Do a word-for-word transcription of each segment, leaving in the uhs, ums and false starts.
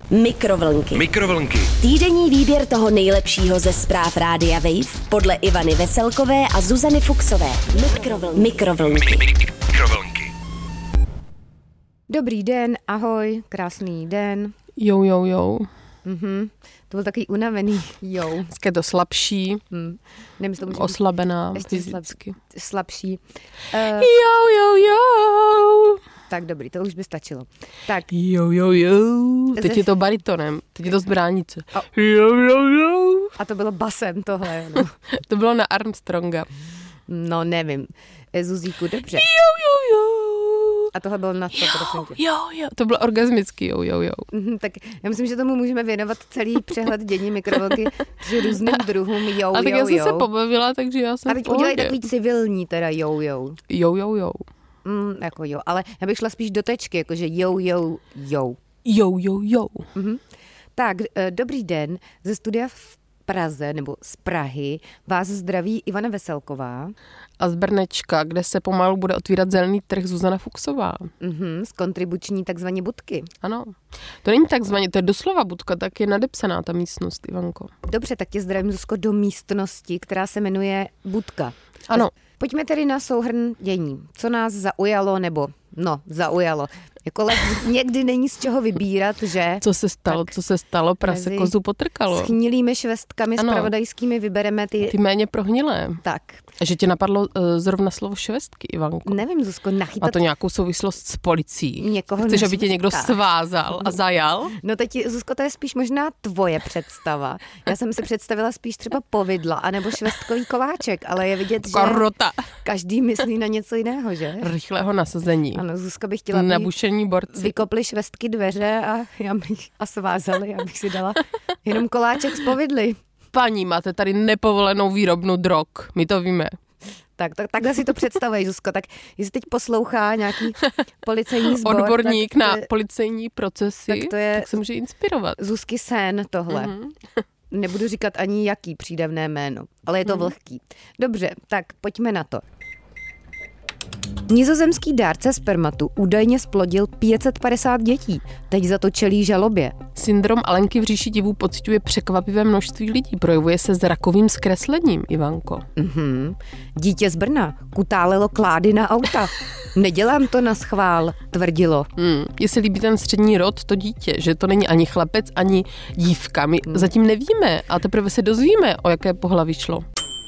Mikrovlnky. Mikrovlnky. Týdenní výběr toho nejlepšího ze zpráv Rádia Wave podle Ivany Veselkové a Zuzany Fuxové. Mikrovlnky. Mikrovlnky. Mikrovlnky. Dobrý den, ahoj, krásný den. Jo, jo, jo. Mhm. To byl takový unavený jo. Dneska je to slabší, Hmm. Nemyslím, že oslabená ještě fyzicky. slab, slabší. Uh, Jo, jo, jo. tak dobrý, to už by stačilo. Tak, Jo, jo, jo. Teď je to baritonem, teď je to z bránice. A- Jo, jo, jo. a to bylo basem tohle. No, To bylo na Armstronga. no nevím. Eh, Zuzíku, dobře. Jo, jo, jo. A tohle bylo na co, prosím tě. Jo, jo. To bylo orgasmický, jo, jo, jo. Mhm, tak já myslím, že tomu můžeme věnovat celý přehled dění mikrovlnky při různým druhům jo, A tak jo, já jsem jo. se pobavila, takže já jsem A v teď pohodě. udělej takový civilní teda jo, jo. Jo, jo, jo. Mm, jako jo, ale já bych šla spíš do tečky, jakože jo, jo, jo. Jo, jo, jo. Mhm. Tak, eh, dobrý den. Ze studia v Praze, nebo z Prahy, vás zdraví Ivana Veselková. A z Brnečka, kde se pomalu bude otvírat zelený trh, Zuzana Fuxová. Mhm, z kontribuční takzvaně budky. Ano. To není takzvaně, to je doslova budka, tak je nadepsaná ta místnost, Ivanko. Dobře, tak tě zdravím, Zuzko, do místnosti, která se jmenuje Budka. Ano. Pojďme tedy na souhrn dění. Co nás zaujalo, nebo no, zaujalo. Jako lev někdy není z čeho vybírat, že? Co se stalo, Tak co se stalo, prase mezi kozu potrkalo. Schnilými švestkami Ano. zpravodajskými vybereme ty... Ty méně prohnilé. Tak, A že tě napadlo uh, zrovna slovo švestky, Ivanko. nevím, Zuzko, Má nachytat to nějakou souvislost s policií? někoho Chceš, na aby tě někdo švestkách. svázal a zajal? No teď, Zuzko, to je spíš možná tvoje představa. Já jsem si představila spíš třeba povidla, anebo švestkový koláček, ale je vidět, že Korota. každý myslí na něco jiného, že? Rychlého nasazení. Ano, Zuzka by chtěla, aby Nabušení borci. vykopli švestky dveře a, já bych, a svázali, abych si dala jenom koláček z povidly. Paní, máte tady nepovolenou výrobnu drog. My to víme. Tak, tak, takhle si to představuješ, Zuzko. Tak jestli teď poslouchá nějaký policejní sbor, Odborník tak to na je policejní procesy, tak to je- tak se může inspirovat. Zuzky sen tohle. Mhm. Nebudu říkat ani jaký přídavné jméno, ale je to vlhký. Dobře, tak pojďme na to. Nizozemský dárce spermatu údajně splodil pět set padesát dětí. Teď za to čelí žalobě. Syndrom Alenky v říši divů pociťuje překvapivé množství lidí. Projevuje se zrakovým zkreslením, Ivanko. Mhm. Dítě z Brna kutálelo klády na auta. Nedělám to na schvál, tvrdilo. Hmm. Jestli líbí ten střední rod, to dítě, že to není ani chlapec, ani dívka. My hmm. zatím nevíme a teprve se dozvíme, o jaké pohlaví šlo.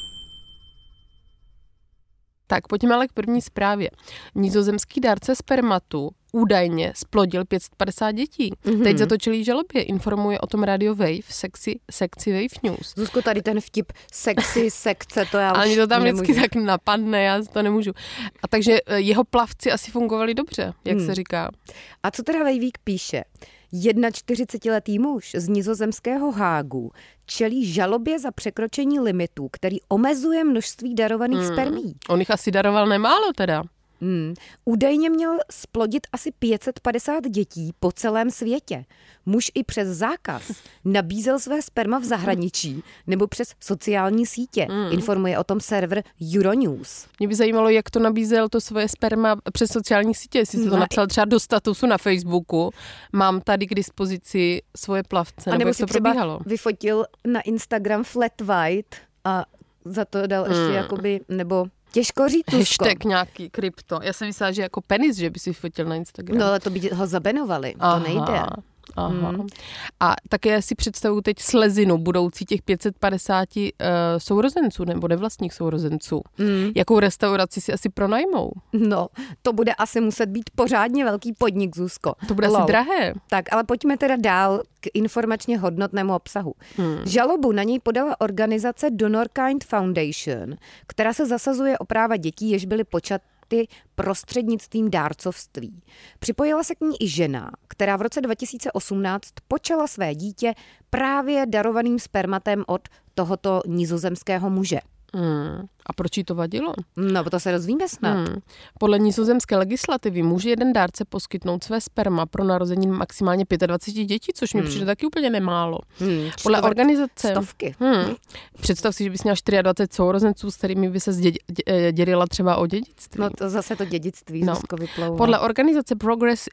Tak pojďme ale k první zprávě. Nizozemský dárce spermatu údajně splodil pět set padesát dětí. Mm-hmm. Teď za to čelí žalobě, informuje o tom Radio Wave, sexy, sexy Wave News. Zuzko, tady ten vtip sexy sekce, to já už Ale mě to tam nemůžu. vždycky tak napadne, já to nemůžu. A takže jeho plavci asi fungovali dobře, jak Hmm. se říká. A co teda Vejvík píše? čtyřicetiletý muž z nizozemského Hágu čelí žalobě za překročení limitů, který omezuje množství darovaných Hmm. spermí. On jich asi daroval nemálo teda. Hmm. Údajně měl splodit asi pět set padesát dětí po celém světě. Muž i přes zákaz nabízel své sperma v zahraničí nebo přes sociální sítě. Hmm. Informuje o tom server Euronews. Mě by zajímalo, jak to nabízel to svoje sperma přes sociální sítě. Jestli se to No, napsal třeba do statusu na Facebooku. Mám tady k dispozici svoje plavce, A nebo nebo jak si to třeba probíhalo. vyfotil na Instagram flat white a za to dal ještě Hmm. jakoby, nebo těžko říct, Zuzko. Hashtag nějaký krypto. Já jsem myslela, že jako penis, že by si fotil na Instagram. No ale to by ho zabenovali, Aha, to nejde. Aha. Hmm. A také si představuju teď slezinu budoucí těch pět set padesát uh, sourozenců nebo nevlastních sourozenců. Mm. Jakou restauraci si asi pronajmou? No, to bude asi muset být pořádně velký podnik, Zuzko. To bude Lol. asi drahé. Tak, ale pojďme teda dál k informačně hodnotnému obsahu. Hmm. Žalobu na něj podala organizace DonorKind Foundation, která se zasazuje o práva dětí, jež byly počaty prostřednictvím dárcovství. Připojila se k ní i žena, která v roce dva tisíce osmnáct počala své dítě právě darovaným spermatem od tohoto nizozemského muže. Hmm. A proč jí to vadilo? No, to se dozvíme snad. Hmm. Podle nizozemské legislativy může jeden dárce poskytnout své sperma pro narození maximálně dvacet pět dětí, což mi Hmm. přijde taky úplně nemálo. Hmm. Podle Čtvrt organizace... Stovky. Hmm. Představ si, že bys měla dvacet čtyři sourozenců, s kterými by se dědi, dě, dělila třeba o dědictví. No to zase to dědictví, No. Zuzko, vyplouvá. Podle organizace Progress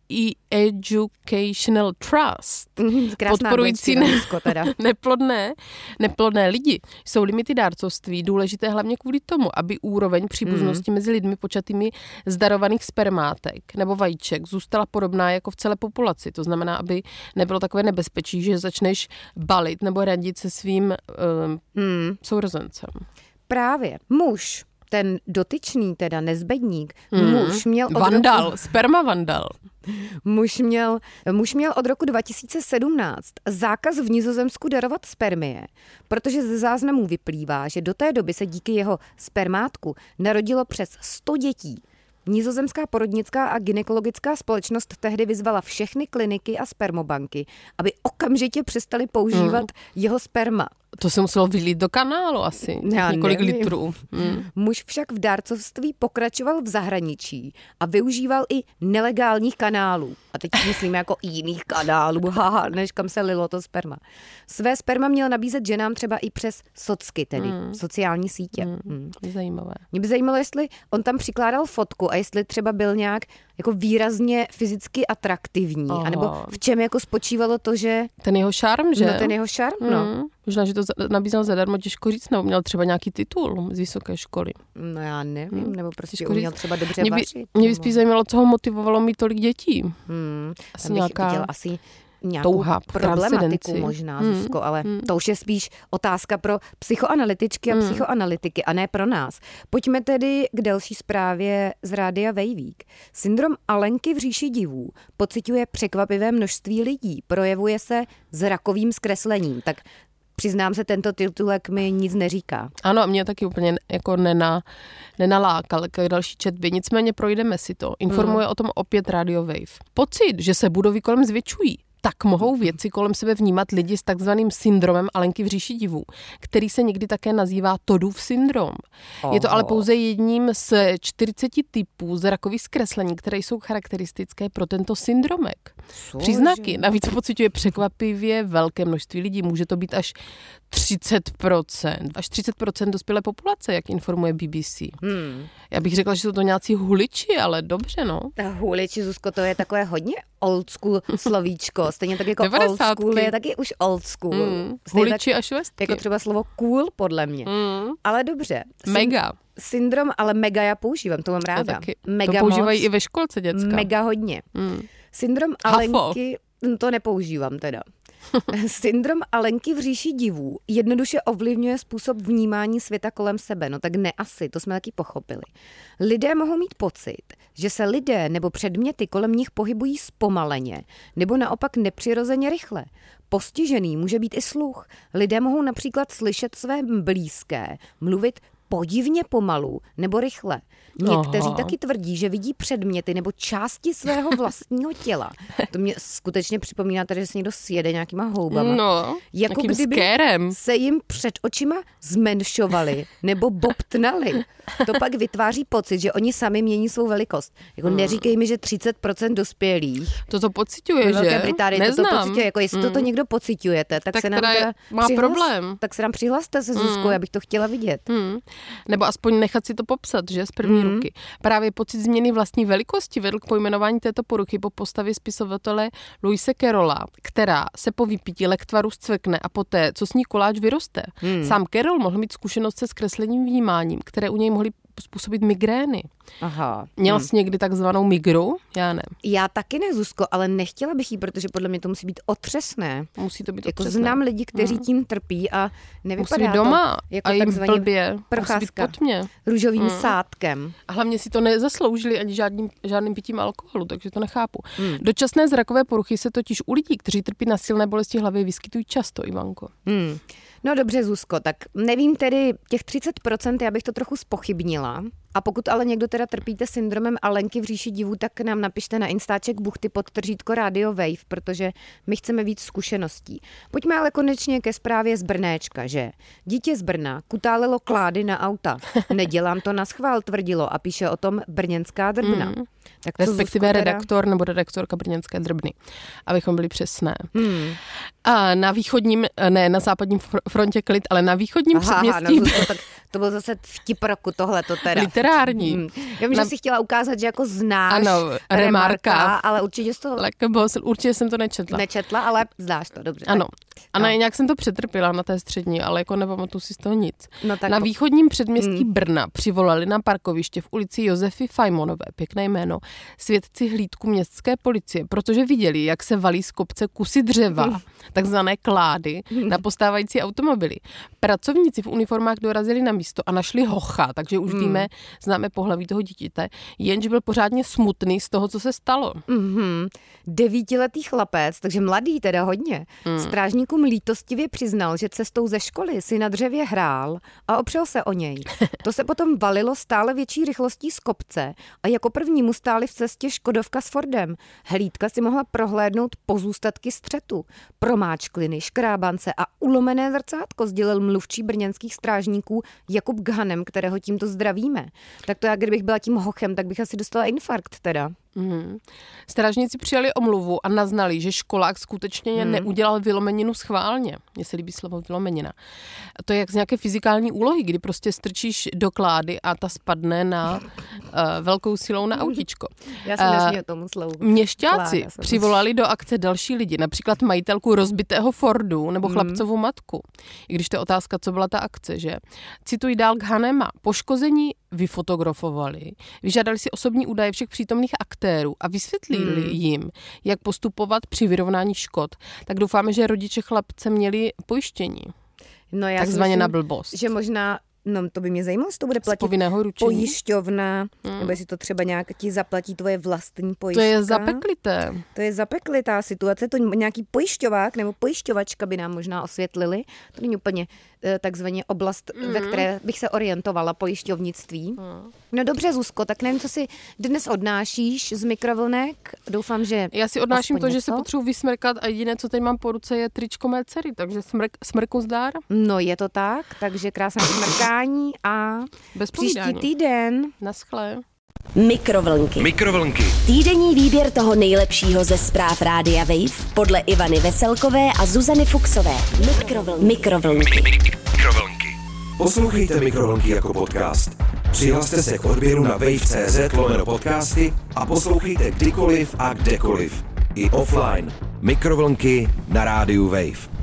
Educational Trust, Krásná podporující ne- ne- teda. neplodné, neplodné lidi. Jsou limity dárcovství důležité hlavně kvůli tomu, aby úroveň příbuznosti mm. mezi lidmi počatými z darovaných spermátek nebo vajíček zůstala podobná jako v celé populaci. To znamená, aby nebylo takové nebezpečí, že začneš balit nebo radit se svým uh, mm. sourozencem. Právě. Muž, ten dotyčný, teda nezbedník, mm. muž měl od Vandal, roku... sperma vandal. Muž měl, muž měl od roku dva tisíce sedmnáct zákaz v Nizozemsku darovat spermie, protože ze záznamů vyplývá, že do té doby se díky jeho spermátku narodilo přes sto dětí. Nizozemská porodnická a gynekologická společnost tehdy vyzvala všechny kliniky a spermobanky, aby okamžitě přestali používat mm. jeho sperma. To se muselo vylít do kanálu asi, Já několik nevím. litrů. Mm. Muž však v dárcovství pokračoval v zahraničí a využíval i nelegálních kanálů. A teď myslíme jako i jiných kanálů, haha, než kam se lilo to sperma. Své sperma měl nabízet ženám třeba i přes socky, tedy mm. sociální sítě. Mm. Mm. Zajímavé. Mě by zajímalo, jestli on tam přikládal fotku a jestli třeba byl nějak jako výrazně fyzicky atraktivní, Aha. anebo v čem jako spočívalo to, že... Ten jeho šarm, že? No ten jeho šarm, no. Mm. Možná, že to nabízel zadarmo, těžko říct, nebo měl třeba nějaký titul z vysoké školy. No já nevím, hmm. nebo prostě Těžko uměl říct. třeba dobře mě by, vařit. Mě by spíš zajímalo, co ho motivovalo mít tolik dětí. Hmm. Asi nějaká... viděl asi nějakou touha po problematiku transcendenci. možná, hmm. Zuzko, ale hmm. to už je spíš otázka pro psychoanalytičky a hmm. psychoanalytiky a ne pro nás. Pojďme tedy k další zprávě z Rádia Vejvík. Syndrom Alenky v říši divů pociťuje překvapivé množství lidí, projevuje se zrakovým zkreslením. Tak přiznám se, tento titulek mi nic neříká. Ano, mě taky úplně jako nena, nenalákal k další četbě, nicméně projdeme si to. Informuje hmm. o tom opět Radio Wave. Pocit, že se budovy kolem zvětšují, tak mohou věci kolem sebe vnímat lidi s takzvaným syndromem Alenky v říši divů, který se někdy také nazývá Todův syndrom. Oho. Je to ale pouze jedním z čtyřiceti typů zrakových zkreslení, které jsou charakteristické pro tento syndromek. Cože? Příznaky navíc pociťuje překvapivě velké množství lidí. Může to být až třicet procent. Až třicet procent dospělé populace, jak informuje B B C. Hmm. Já bych řekla, že jsou to nějací huliči, ale dobře, no. Ta huliči, Zuzko, to je takové hodně old school slovíčko. Stejně tak jako devadesátky. Old school je taky už old school. Hmm. Huliči a švestky. Jako třeba slovo cool, podle mě. Hmm. Ale dobře. Mega. Syndrom, ale mega já používám, to mám ráda. To taky. Mega to používají moc, i ve školce děcka. Mega hodně. Hmm. Syndrom Alenky, to nepoužívám teda. Syndrom Alenky v říši divů jednoduše ovlivňuje způsob vnímání světa kolem sebe. No tak ne asi, to jsme taky pochopili. Lidé mohou mít pocit, že se lidé nebo předměty kolem nich pohybují zpomaleně nebo naopak nepřirozeně rychle. Postižený může být i sluch. Lidé mohou například slyšet své blízké, mluvit podivně pomalu nebo rychle. Někteří Aha. taky tvrdí, že vidí předměty nebo části svého vlastního těla. To mě skutečně připomíná tady, že se někdo sjede nějakýma houbama. No, jako kdyby skérem. Se jim před očima zmenšovali nebo bobtnali. To pak vytváří pocit, že oni sami mění svou velikost. Jako hmm. neříkej mi, že třicet procent dospělých. To to pociťuje, že? Velké Británii to pociťuje. Jako jestli hmm. to někdo pociťujete, tak, tak se nám teda má přihlas, problém. Tak se nám přihlaste se Zuzkou, hmm. já bych to chtěla vidět. Hmm. Nebo aspoň nechat si to popsat, že? Z první hmm. ruky. Právě pocit změny vlastní velikosti vedl k pojmenování této poruchy po postavě spisovatele Louise Carrolla, která se po vypití lektvaru zcvekne a poté, co s ní koláč vyroste. Hmm. Sám Carroll mohl mít zkušenost se zkreslením vnímáním, které u něj mohly způsobit migrény. Aha. Měl hmm. jsi někdy takzvanou migru? Já ne. Já taky ne, Zuzko, ale nechtěla bych jí, protože podle mě to musí být otřesné. Musí to být jako otřesné. Znám lidi, kteří hmm. tím trpí a nevypadá musí být doma to jako a jim takzvaně blbě. procházka Musí být pod mě. růžovým hmm. sádkem. A hlavně si to nezasloužili ani žádným, žádným pitím alkoholu, takže to nechápu. Hmm. Dočasné zrakové poruchy se totiž u lidí, kteří trpí na silné bolesti hlavy, vyskytují často, Ivanko. Hmm. No dobře, Zuzko, tak nevím tedy, těch třicet procent já bych to trochu zpochybnila. A pokud ale někdo teda trpíte syndromem Alenky v říši divů, tak nám napište na Instaček buchty podtržítko Radio Wave, protože my chceme víc zkušeností. Pojďme ale konečně ke zprávě z Brnéčka, že dítě z Brna kutálelo klády na auta. Nedělám to na schvál, tvrdilo a píše o tom brněnská Drbna. Hmm. Tak respektive redaktor nebo redaktorka brněnské Drbny, abychom byli přesné. Hmm. A na východním, ne na západním frontě klid, ale na východním Aha, předměstí... Aha, no, tak To byl zase vtip roku tohleto teda. Literární. Hmm. Já vím, Na... že jsi chtěla ukázat, že jako znáš ano, Remarka, ale určitě jsi to... Určitě jsem to nečetla. Nečetla, ale znáš to, dobře. Ano. A no. nějak jsem to přetrpěla na té střední, ale jako nepamatuju si z toho nic. No, tak na po... východním předměstí hmm. Brna přivolali na parkoviště v ulici Josefy Fajmonové, pěkné jméno, svědci hlídku městské policie, protože viděli, jak se valí z kopce kusy dřeva, hmm. takzvané klády, hmm. na postávající automobily. Pracovníci v uniformách dorazili na místo a našli hocha, takže už hmm. víme, známe pohlaví toho dítěte, jenž byl pořádně smutný z toho, co se stalo. Mm-hmm. Devítiletý chlapec, takže mladý teda hodně, hmm. strážníkům lítostivě přiznal, že cestou ze školy si na dřevě hrál a opřel se o něj. To se potom valilo stále větší rychlostí z kopce a jako první mu stáli v cestě Škodovka s Fordem. Hlídka si mohla prohlédnout pozůstatky střetu, promáčkliny, škrábance a ulomené zrcátko, sdělil mluvčí brněnských strážníků Jakub Ghanem, kterého tímto zdravíme. Tak to já, kdybych byla tím hochem, tak bych asi dostala infarkt teda. Mm. Strážníci přijali omluvu a naznali, že školák skutečně mm. neudělal vylomeninu schválně. Mně se líbí slovo vylomenina. To je jak z nějaké fyzikální úlohy, kdy prostě strčíš do klády a ta spadne na uh, velkou silou na autíčko. Já se nesmím tomu slovu. Měšťáci Kláda, přivolali do akce další lidi, například majitelku rozbitého Fordu nebo chlapcovu mm. matku. I když to je otázka, co byla ta akce, že? Cituji dál Ghanema. Poškození vyfotografovali, vyžádali si osobní údaje všech přítomných aktérů a vysvětlili hmm. jim, jak postupovat při vyrovnání škod. Tak doufáme, že rodiče chlapce měli pojištění. No já takzvaně myslím, na blbost. Že možná, no to by mě zajímalo, jestli to bude platit pojišťovna, hmm. nebo jestli to třeba nějak ti zaplatí tvoje vlastní pojistka. To je zapeklité. To je zapeklitá situace, to nějaký pojišťovák nebo pojišťovačka by nám možná osvětlili. To není úplně takzvaně oblast, mm. ve které bych se orientovala, pojišťovnictví. Mm. No dobře, Zuzko, tak nevím, co si dnes odnášíš z mikrovlnek. Doufám, že já si odnáším to, něco. Že se potřebuji vysmrkat a jediné, co teď mám po ruce, je tričko mé dcery, takže smrk, smrku zdár. No je to tak, takže krásné smrkání a bez příští týden. Naschle. Mikrovlnky. Mikrovlnky. Týdenní výběr toho nejlepšího ze zpráv Rádia Wave podle Ivany Veselkové a Zuzany Fuksové. Mikrovlnky. Mikrovlnky. Mikrovlnky. Poslouchejte Mikrovlnky jako podcast. Přihlaste se k odběru na wave tečka cz lomeno podcasty a poslouchejte kdykoliv a kdekoliv. I offline. Mikrovlnky na rádiu Wave.